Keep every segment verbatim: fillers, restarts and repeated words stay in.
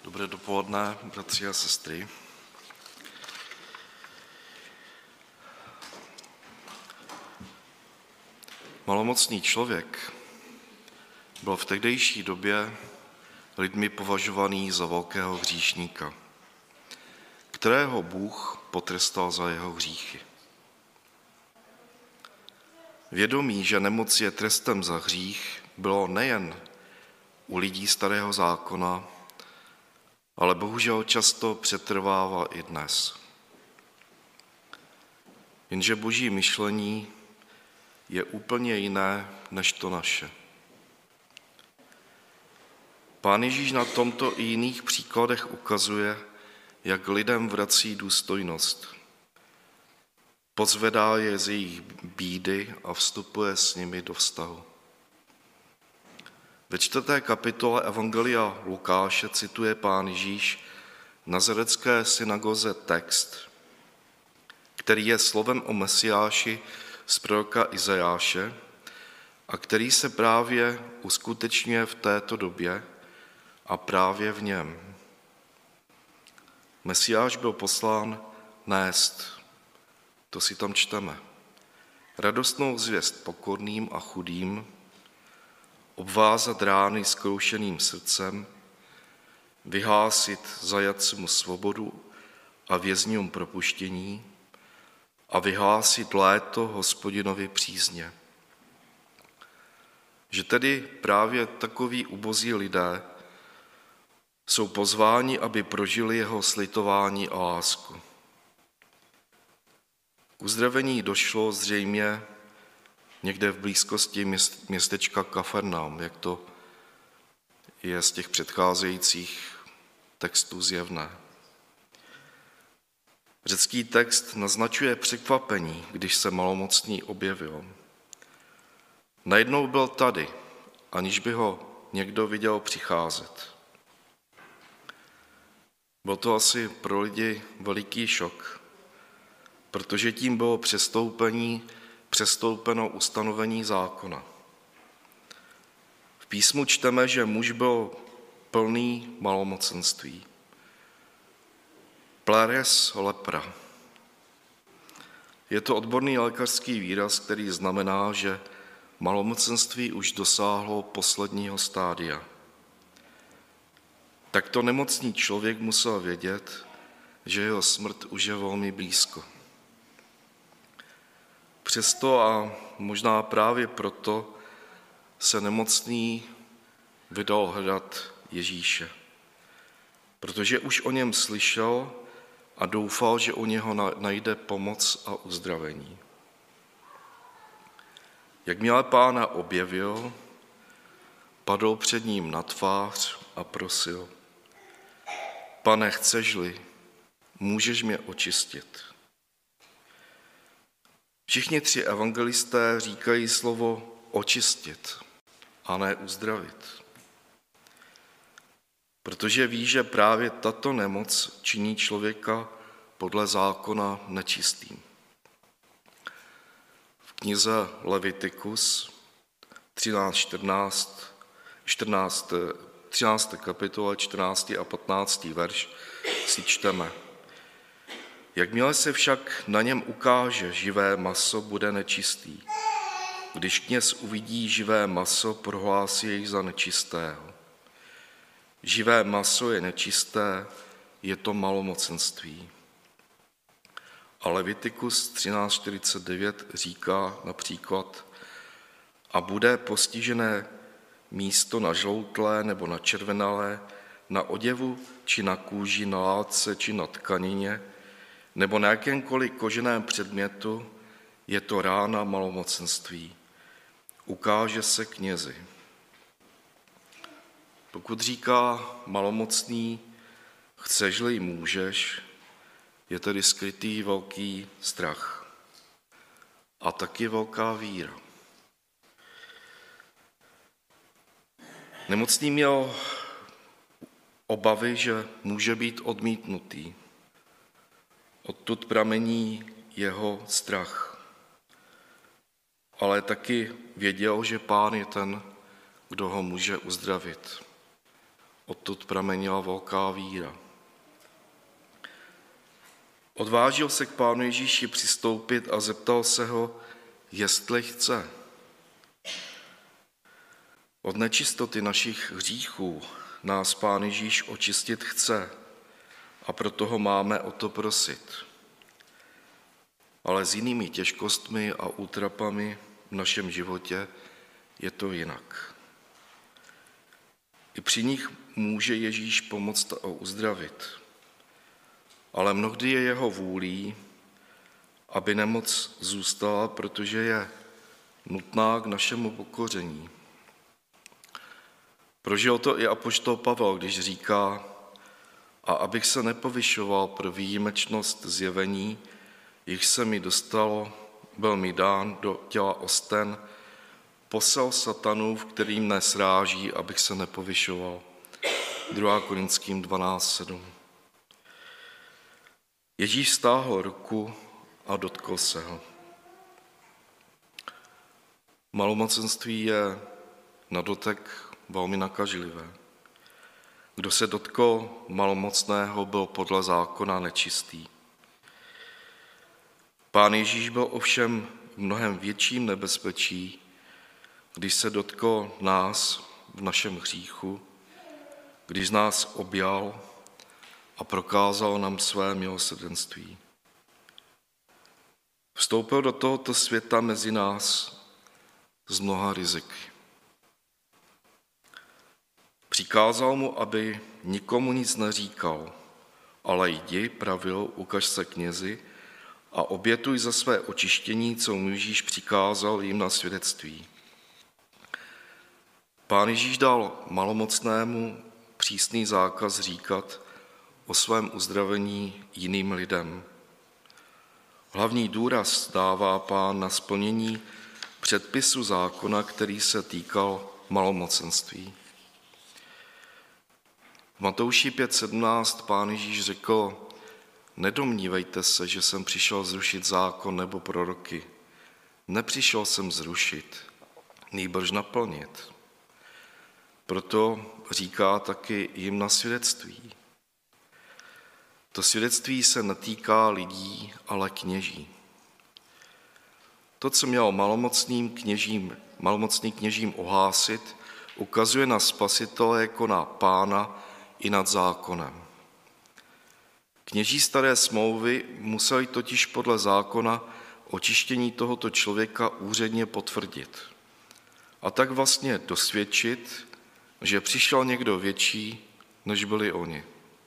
Dobré dopoledne, bratři a sestry. Malomocný člověk byl v tehdejší době lidmi považovaný za velkého hříšníka, kterého Bůh potrestal za jeho hříchy. Vědomí, že nemoc je trestem za hřích, bylo nejen u lidí starého zákona, ale bohužel často přetrvává i dnes. Jenže boží myšlení je úplně jiné než to naše. Pán Ježíš na tomto i jiných příkladech ukazuje, jak lidem vrací důstojnost. Pozvedá je z jejich bídy a vstupuje s nimi do vztahu. Ve čtvrté kapitole Evangelia Lukáše cituje Pán Ježíš v nazarecké synagoze text, který je slovem o Mesiáši z proroka Izajáše a který se právě uskutečňuje v této době a právě v něm. Mesiáš byl poslán nést, to si tam čteme, radostnou zvěst pokorným a chudým, obvázat rány zkroušeným srdcem, vyhlásit zajatcům svobodu a vězňům propuštění a vyhlásit léto Hospodinovi přízně. Že tedy právě takoví ubozí lidé jsou pozváni, aby prožili jeho slitování a lásku. K uzdravení došlo zřejmě někde v blízkosti městečka Kafarnaum, jak to je z těch předcházejících textů zjevné. Řecký text naznačuje překvapení, když se malomocný objevil. Najednou byl tady, aniž by ho někdo viděl přicházet. Byl to asi pro lidi veliký šok, protože tím bylo přestoupení, přestoupeno ustanovení zákona. V písmu čteme, že muž byl plný malomocenství. Pleres lepra. Je to odborný lékařský výraz, který znamená, že malomocenství už dosáhlo posledního stádia. Takto nemocný člověk musel vědět, že jeho smrt už je velmi blízko. Přesto a možná právě proto se nemocný vydal hledat Ježíše, protože už o něm slyšel a doufal, že u něho najde pomoc a uzdravení. Jakmile Pána objevil, padl před ním na tvář a prosil: Pane, chceš-li, můžeš mě očistit. Všichni tři evangelisté říkají slovo očistit a ne uzdravit. Protože ví, že právě tato nemoc činí člověka podle zákona nečistým. V knize Levitikus třináct, čtrnáct, čtrnáct, třinácté kapitole čtrnáctý a patnáctý verš si čteme: Jakmile se však na něm ukáže živé maso, bude nečistý. Když kněz uvidí živé maso, prohlásí jej za nečistého. Živé maso je nečisté, je to malomocenství. A Levitikus třináct čtyřicet devět říká například: A bude postižené místo na žloutlé nebo na červenalé, na oděvu či na kůži, na látce či na tkanině, nebo na jakémkoliv koženém předmětu, je to rána malomocenství. Ukáže se knězi. Pokud říká malomocný, chceš-li, můžeš, je tedy skrytý velký strach a taky velká víra. Nemocný měl obavy, že může být odmítnutý. Odtud pramení jeho strach. Ale taky věděl, že Pán je ten, kdo ho může uzdravit. Odtud pramenila velká víra. Odvážil se k Pánu Ježíši přistoupit a zeptal se ho, jestli chce. Od nečistoty našich hříchů nás Pán Ježíš očistit chce a proto ho máme o to prosit. Ale s jinými těžkostmi a útrapami v našem životě je to jinak. I při nich může Ježíš pomoct a uzdravit. Ale mnohdy je jeho vůlí, aby nemoc zůstala, protože je nutná k našemu pokoření. Prožil to i apoštol Pavel, když říká, a abych se nepovyšoval pro výjimečnost zjevení, jich se mi dostalo, byl mi dán do těla osten, posel satanův, který mne sráží, abych se nepovyšoval. druhá Korinským dvanáct sedm. Ježíš stáhl ruku a dotkl se ho. Malomocenství je na dotek velmi nakažlivé. Kdo se dotkl malomocného, byl podle zákona nečistý. Pán Ježíš byl ovšem v mnohem větším nebezpečí, když se dotkl nás v našem hříchu, když nás objal a prokázal nám své milosrdenství. Vstoupil do tohoto světa mezi nás z mnoha riziky. Přikázal mu, aby nikomu nic neříkal, ale jdi, pravil, ukaž se knězi a obětuj za své očištění, co mu Ježíš přikázal jim na svědectví. Pán Ježíš dal malomocnému přísný zákaz říkat o svém uzdravení jiným lidem. Hlavní důraz dává Pán na splnění předpisu zákona, který se týkal malomocenství. V Matouši pět sedmnáct Pán Ježíš řekl, nedomnívejte se, že jsem přišel zrušit zákon nebo proroky. Nepřišel jsem zrušit, nýbrž naplnit. Proto říká taky jim na svědectví. To svědectví se netýká lidí, ale kněží. To, co měl malomocným kněžím, malomocný kněžím ohlásit, ukazuje na Spasitele jako na Pána i nad zákonem. Kněží staré smlouvy museli totiž podle zákona očištění tohoto člověka úředně potvrdit. A tak vlastně dosvědčit, že přišel někdo větší, než byli oni.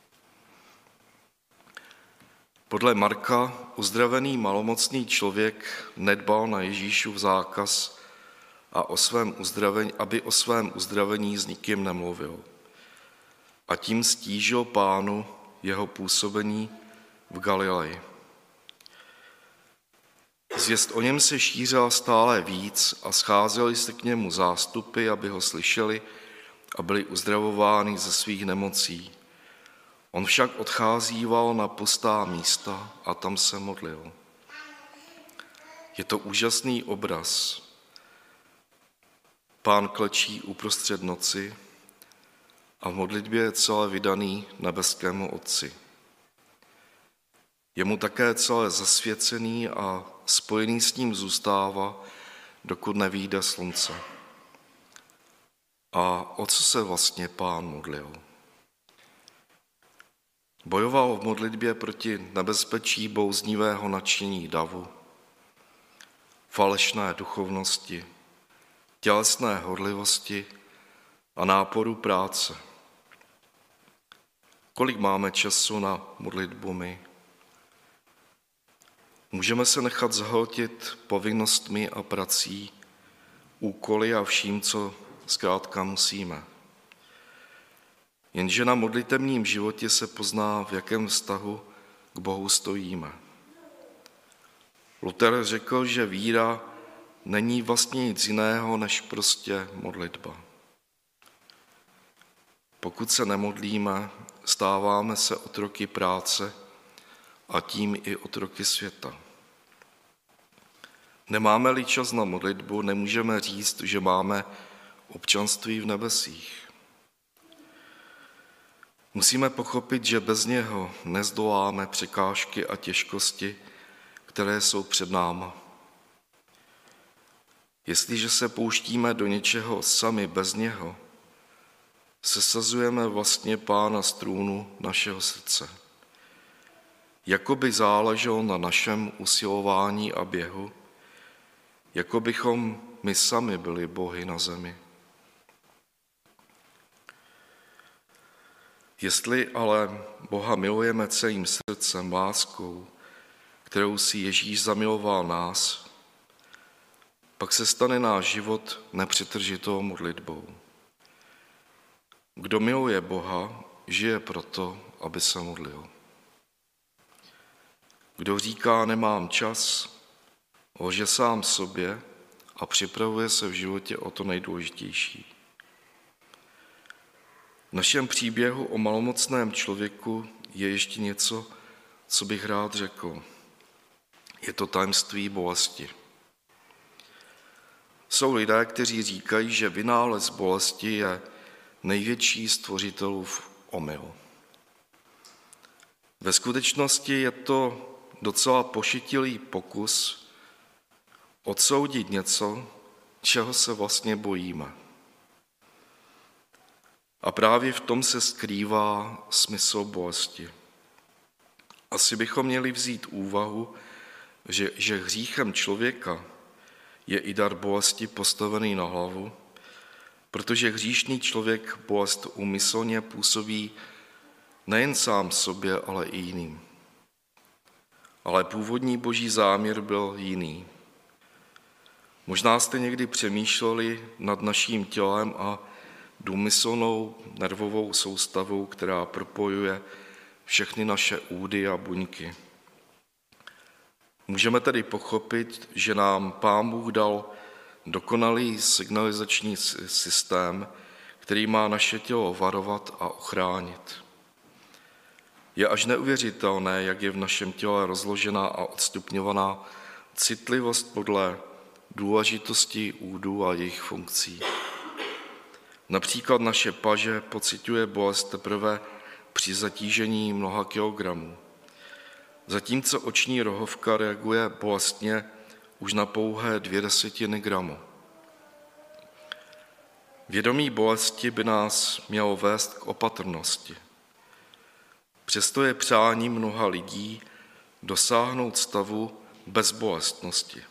Podle Marka uzdravený malomocný člověk nedbal na Ježíšův zákaz a o svém uzdravení, aby o svém uzdravení s nikým nemluvil. A tím stížil Pánu jeho působení v Galileji. Zvěst o něm se šířila stále víc a scházeli se k němu zástupy, aby ho slyšeli a byli uzdravováni ze svých nemocí. On však odcházíval na pustá místa a tam se modlil. Je to úžasný obraz. Pán klečí uprostřed noci a v modlitbě je celé vydaný nebeskému Otci. Je mu také celé zasvěcený a spojený s ním zůstává, dokud nevyjde slunce. A o co se vlastně Pán modlil? Bojoval v modlitbě proti nebezpečí bouznivého nadšení davu, falešné duchovnosti, tělesné horlivosti a náporu práce. Kolik máme času na modlitbu my? Můžeme se nechat zhltit povinnostmi a prací, úkoly a vším, co zkrátka musíme. Jenže na modlitebním životě se pozná, v jakém vztahu k Bohu stojíme. Luther řekl, že víra není vlastně nic jiného, než prostě modlitba. Pokud se nemodlíme, stáváme se otroky práce a tím i otroky světa. Nemáme-li čas na modlitbu, nemůžeme říct, že máme občanství v nebesích. Musíme pochopit, že bez něho nezdoláme překážky a těžkosti, které jsou před náma. Jestliže se pouštíme do něčeho sami bez něho, sesazujeme vlastně Pána z trůnu našeho srdce. Jako by záleželo na našem usilování a běhu, jako bychom my sami byli bohy na zemi. Jestli ale Boha milujeme celým srdcem, láskou, kterou si Ježíš zamiloval nás, pak se stane náš život nepřetržitou modlitbou. Kdo miluje Boha, žije proto, aby se modlil. Kdo říká nemám čas, lže sám sobě a připravuje se v životě o to nejdůležitější. V našem příběhu o malomocném člověku je ještě něco, co bych rád řekl. Je to tajemství bolesti. Jsou lidé, kteří říkají, že vynález bolesti je největší stvořitelův omyl. Ve skutečnosti je to docela pošetilý pokus odsoudit něco, čeho se vlastně bojíme. A právě v tom se skrývá smysl bolesti. Asi bychom měli vzít úvahu, že, že hříchem člověka je i dar bolesti postavený na hlavu, protože hříšný člověk bolest úmyslně působí nejen sám sobě, ale i jiným. Ale původní boží záměr byl jiný. Možná jste někdy přemýšleli nad naším tělem a důmyslnou nervovou soustavou, která propojuje všechny naše údy a buňky. Můžeme tedy pochopit, že nám Pán Bůh dal dokonalý signalizační systém, který má naše tělo varovat a ochránit. Je až neuvěřitelné, jak je v našem těle rozložená a odstupňovaná citlivost podle důležitosti údů a jejich funkcí. Například naše paže pociťuje bolest teprve při zatížení mnoha kilogramů, zatímco oční rohovka reaguje bolestně už na pouhé dvě desetiny gramu. Vědomí bolesti by nás mělo vést k opatrnosti. Přesto je přání mnoha lidí dosáhnout stavu bezbolestnosti.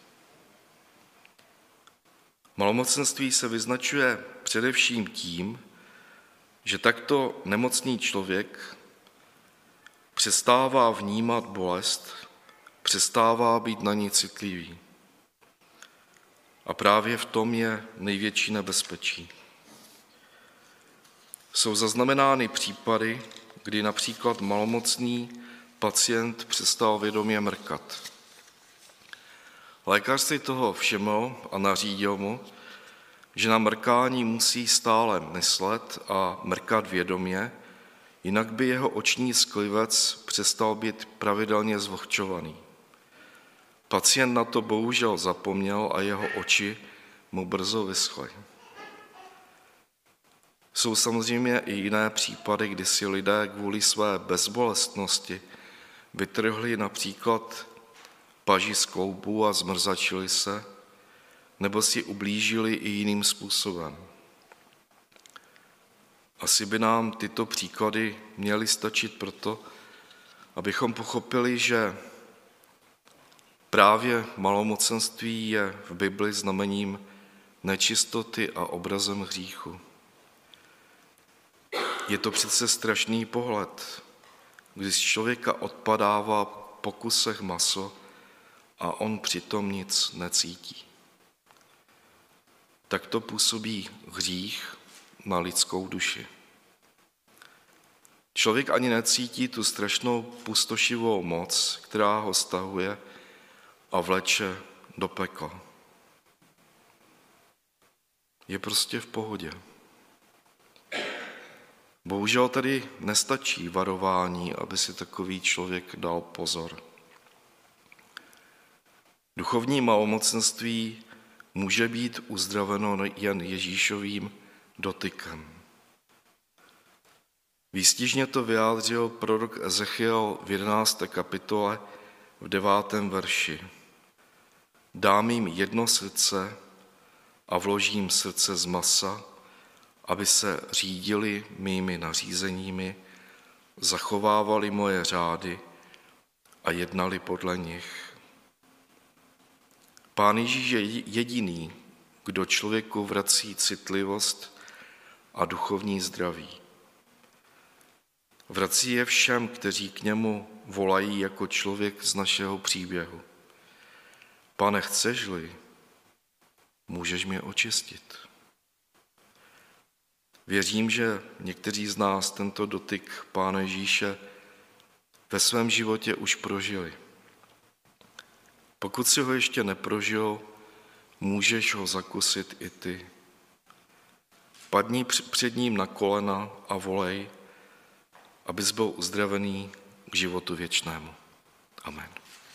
Malomocenství se vyznačuje především tím, že takto nemocný člověk přestává vnímat bolest, přestává být na ní citlivý. A právě v tom je největší nebezpečí. Jsou zaznamenány případy, kdy například malomocný pacient přestal vědomě mrkat. Lékař si toho všiml a nařídil mu, že na mrkání musí stále myslet a mrkat vědomě, jinak by jeho oční sklivec přestal být pravidelně zvlhčovaný. Pacient na to bohužel zapomněl a jeho oči mu brzo vyschly. Jsou samozřejmě i jiné případy, kdy si lidé kvůli své bezbolestnosti vytrhli například paži z kloubů a zmrzačili se, nebo si ublížili i jiným způsobem. Asi by nám tyto příklady měly stačit proto, abychom pochopili, že právě malomocenství je v Bibli znamením nečistoty a obrazem hříchu. Je to přece strašný pohled, když z člověka odpadává po kusech maso a on přitom nic necítí. Tak to působí hřích na lidskou duši. Člověk ani necítí tu strašnou pustošivou moc, která ho stahuje a vleče do pekla. Je prostě v pohodě. Bohužel tady nestačí varování, aby si takový člověk dal pozor. Duchovní malomocenství může být uzdraveno jen Ježíšovým dotykem. Výstižně to vyjádřil prorok Ezechiel v jedenácté kapitole v devátém verši. Dám jim jedno srdce a vložím srdce z masa, aby se řídili mými nařízeními, zachovávali moje řády a jednali podle nich. Pán Ježíš je jediný, kdo člověku vrací citlivost a duchovní zdraví. Vrací je všem, kteří k němu volají jako člověk z našeho příběhu. Pane, chceš-li, můžeš mě očistit. Věřím, že někteří z nás tento dotyk Pána Ježíše ve svém životě už prožili. Pokud si ho ještě neprožil, můžeš ho zakusit i ty. Padni před ním na kolena a volej, abys byl uzdravený k životu věčnému. Amen.